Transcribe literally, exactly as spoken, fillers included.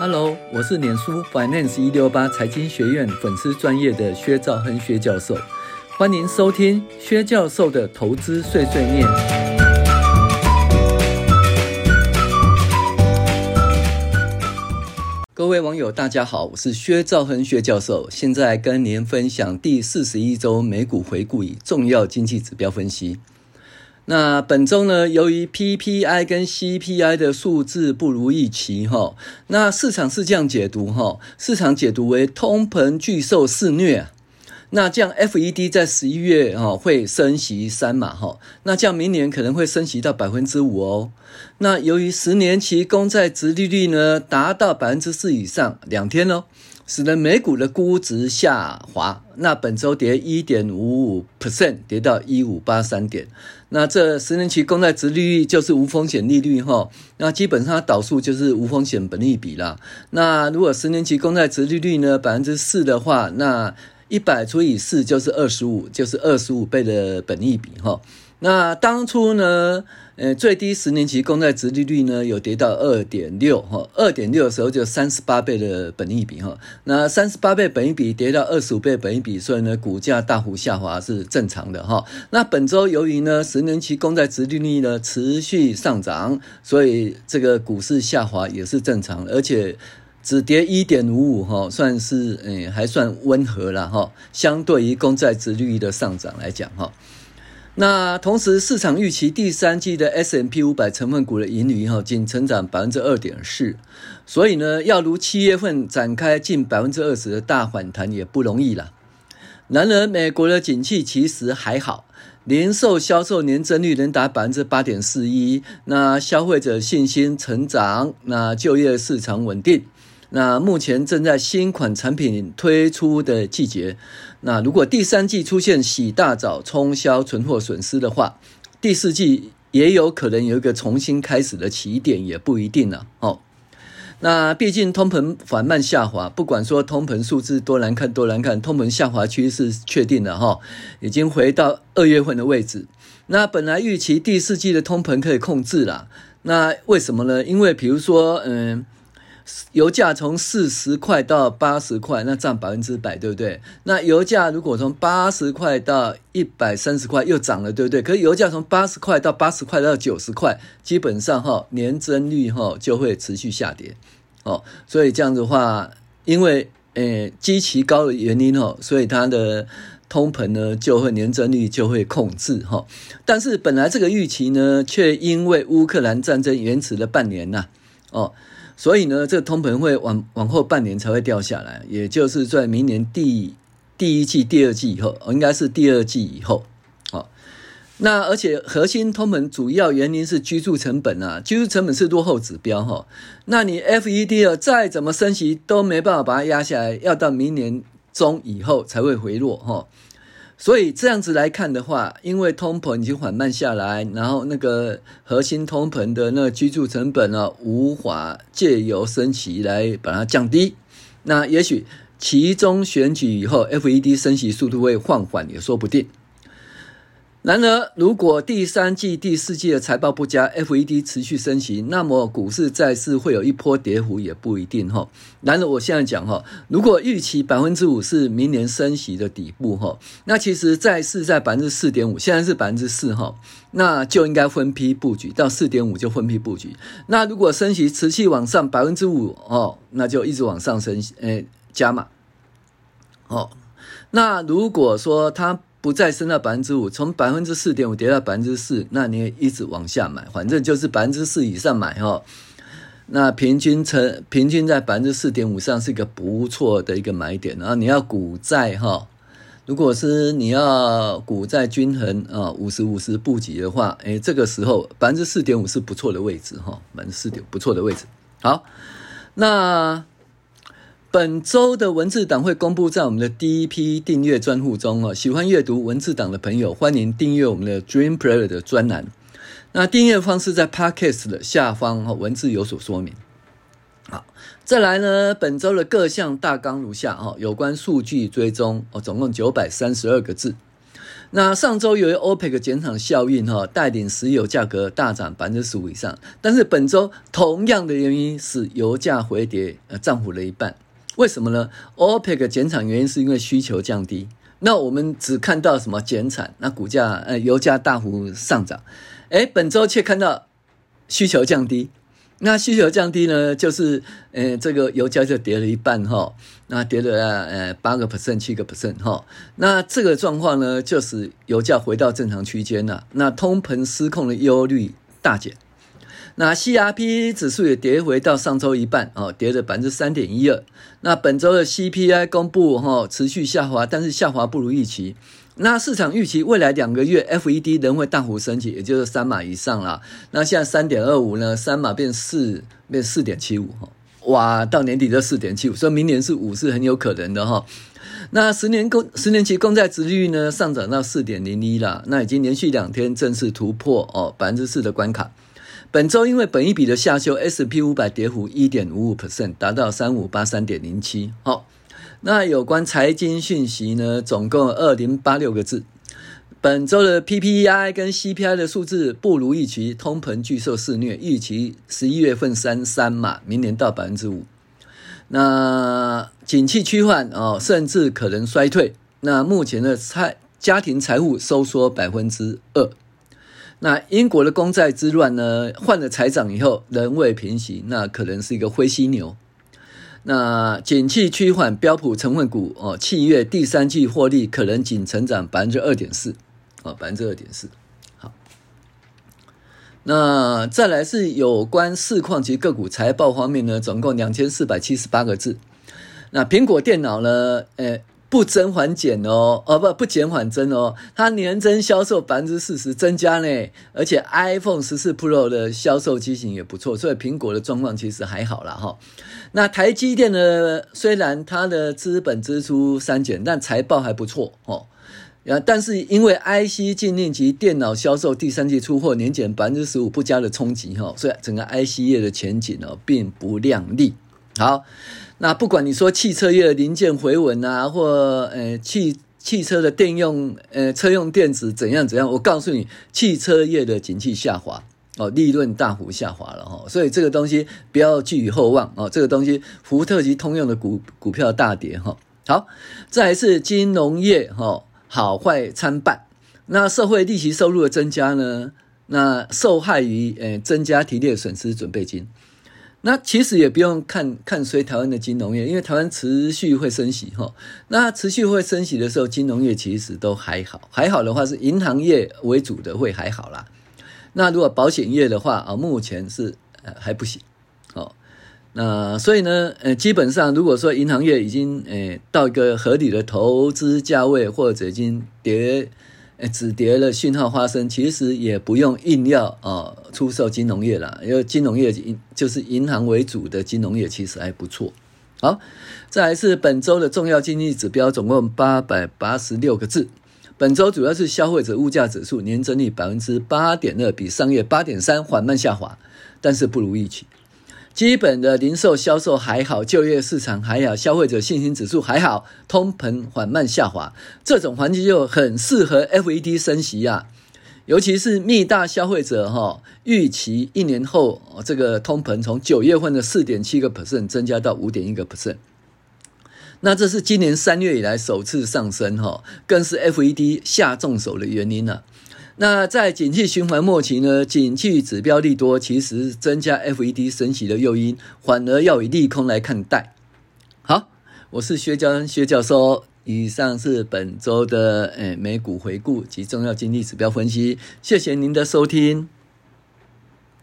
Hello， 我是脸书 Finance 一六八财经学院粉丝专业的薛兆亨薛教授，欢迎收听薛教授的投资碎碎念。各位网友大家好，我是薛兆亨薛教授，现在跟您分享第四十一周美股回顾与重要经济指标分析。那本周呢，由于 P P I 跟 C P I 的数字不如预期齁，那市场是这样解读齁，市场解读为通膨巨兽肆虐，那这样 F E D 在十一月齁会升息三码齁，那这样明年可能会升息到 百分之五 哦。那由于十年期公债殖利率呢达到 百分之四 以上两天哦，使得美股的估值下滑，那本周跌 百分之一点五五 跌到一五八三点。那这十年期公债殖利率就是无风险利率齁，那基本上它导数就是无风险本益比啦。那如果十年期公债殖利率呢 百分之四 的话，那一百除以四就是二十五，就是二十五倍的本益比齁。那当初呢呃，最低十年期公债殖利率呢有跌到 二点六 二点六 的时候就三十八倍的本益比齁，那三十八倍本益比跌到二十五倍本益比，所以呢股价大幅下滑是正常的齁。那本周由于呢十年期公债殖利率呢持续上涨，所以这个股市下滑也是正常的，而且只跌 一点五五 齁，算是呃还算温和啦齁，相对于公债殖利率的上涨来讲齁。那同时市场预期第三季的 S and P 五百 成分股的盈余仅成长 百分之二点四， 所以呢要如七月份展开近 百分之二十 的大反弹也不容易啦。然而美国的景气其实还好，零售销售年增率能达 百分之八点四一， 那消费者信心成长，那就业市场稳定，那目前正在新款产品推出的季节，那如果第三季出现洗大澡冲销存货损失的话，第四季也有可能有一个重新开始的起点，也不一定了哦。那毕竟通膨缓慢下滑，不管说通膨数字多难看多难看，通膨下滑趋势确定了齁，已经回到二月份的位置。那本来预期第四季的通膨可以控制啦，那为什么呢？因为比如说嗯油价从四十块到八十块，那占 百分之百， 对不对？那油价如果从八十块到一百三十块又涨了，对不对？可是油价从八十块到八十块到九十块，基本上齁年增率齁就会持续下跌哦。所以这样的话，因为呃基期高的原因齁，所以它的通膨呢就会年增率就会控制齁。但是本来这个预期呢，却因为乌克兰战争延迟了半年呐哦。所以呢，这个通膨会往往后半年才会掉下来，也就是在明年第第一季、第二季以后，应该是第二季以后。哦，那而且核心通膨主要原因是居住成本啊，居住成本是落后指标哈、哦。那你 F E D 啊，再怎么升息都没办法把它压下来，要到明年中以后才会回落哈、哦。所以这样子来看的话，因为通膨已经缓慢下来，然后那个核心通膨的那个居住成本呢，无法借由升息来把它降低。那也许期中选举以后 F E D 升息速度会放缓也说不定。然而如果第三季第四季的财报不佳， F E D 持续升息，那么股市再次会有一波跌幅也不一定齁。然而我现在讲齁，如果预期 百分之五 是明年升息的底部齁，那其实再是在 百分之四点五， 现在是 百分之四 齁，那就应该分批布局，到 四点五 就分批布局。那如果升息持续往上 百分之五 哦，那就一直往上升诶加码哦。那如果说它不再升到 百分之五， 从 百分之四点五 跌到 百分之四， 那你也一直往下买，反正就是 百分之四 以上买齁。那平均成平均在 百分之四点五 上是一个不错的一个买点。然后你要股债齁，如果是你要股债均衡啊 五十五十 布局的话，诶这个时候 百分之四点五 是不错的位置齁， 百分之四点五 不错的位置。好，那本周的文字档会公布在我们的第一批订阅专户中哦。喜欢阅读文字档的朋友，欢迎订阅我们的 Dream Player 的专栏。那订阅方式在 Podcast 的下方哦，文字有所说明。好，再来呢，本周的各项大纲如下哦，有关数据追踪哦，总共九百三十二个字。 那上周由于 OPEC 减产效应哈，带领石油价格大涨百分之十五以上，但是本周同样的原因使油价回跌，呃，涨幅了一半。为什么呢？ OPEC 减产原因是因为需求降低，那我们只看到什么减产，那股价呃油价大幅上涨，诶本周却看到需求降低。那需求降低呢，就是呃这个油价就跌了一半哈，那跌了呃八个 percent 七个 percent 哈，那这个状况呢，就使油价回到正常区间了，那通膨失控的忧虑大减。那 C R P 指数也跌回到上周一半哦，跌了 百分之三点一二。那本周的 C P I 公布哈，持续下滑，但是下滑不如预期。那市场预期未来两个月 F E D 仍会大幅升息，也就是三码以上啦。那现在 三点二五 呢，三码变四变 四点七五 哈，哇，到年底就 四点七五，所以明年是五是很有可能的哈。那十年公十年期公债殖利率呢上涨到 四点零一 啦，那已经连续两天正式突破哦 百分之四 的关卡。本周因为本益比的下修 ，S and P 五百 跌幅 一点五五 percent， 达到 三五八三点零七。好，那有关财经讯息呢，总共二零八六个字。本周的 P P I 跟 C P I 的数字不如预期，通膨巨兽肆虐，预期十一月份三三嘛，明年到 百分之五。那景气趋缓哦，甚至可能衰退。那目前的财家庭财富收缩 百分之二。那英国的公债之乱呢，换了财长以后仍未平息，那可能是一个灰犀牛。那景气趋缓，标普成分股哦，七月第三季获利可能仅成长 百分之二点四 哦 百分之二点四。 好，那再来是有关市况及个股财报方面呢，总共两千四百七十八个字。那苹果电脑呢，呃不增缓减哦，哦不不减缓增哦，它年增销售 百分之四十 增加呢，而且 iPhone 十四 Pro 的销售机型也不错，所以苹果的状况其实还好啦齁。那台积电呢，虽然它的资本支出删减，但财报还不错齁。但是因为 I C 禁令及电脑销售第三季出货年减 百分之十五 不佳的冲击齁，所以整个 I C 业的前景哦并不亮丽。好，那不管你说汽车业的零件回稳啊，或呃汽汽车的电用呃车用电子怎样怎样，我告诉你，汽车业的景气下滑哦，利润大幅下滑了哈、哦，所以这个东西不要寄予厚望哦，这个东西福特及通用的股股票大跌哈、哦。好，再来是金融业哈、哦，好坏参半。那社会利息收入的增加呢，那受害于呃增加提列损失准备金。那其实也不用看看衰台湾的金融业，因为台湾持续会升息齁。那持续会升息的时候，金融业其实都还好，还好的话是银行业为主的会还好啦。那如果保险业的话啊，目前是呃还不行哦。那所以呢，呃，基本上如果说银行业已经呃到一个合理的投资价位，或者已经跌。止跌了讯号发生，其实也不用硬要呃出售金融业啦，因为金融业就是银行为主的金融业，其实还不错。好，再来是本周的重要经济指标，总共八百八十六个字。本周主要是消费者物价指数年增率 百分之八点二， 比上月 八点三 缓慢下滑，但是不如预期。基本的零售销售还好，就业市场还好，消费者信心指数还好，通膨缓慢下滑，这种环境就很适合 F E D 升息啊。尤其是密大消费者哈，预期一年后这个通膨从九月份的 四点七个 percent 增加到 五点一个 percent， 那这是今年三月以来首次上升哈，更是 F E D 下重手的原因啊。那在景气循环末期呢，景气指标利多，其实增加 F E D 升息的诱因，反而要以利空来看待。好，我是薛教恩薛教授，以上是本周的诶美股回顾及重要经济指标分析，谢谢您的收听。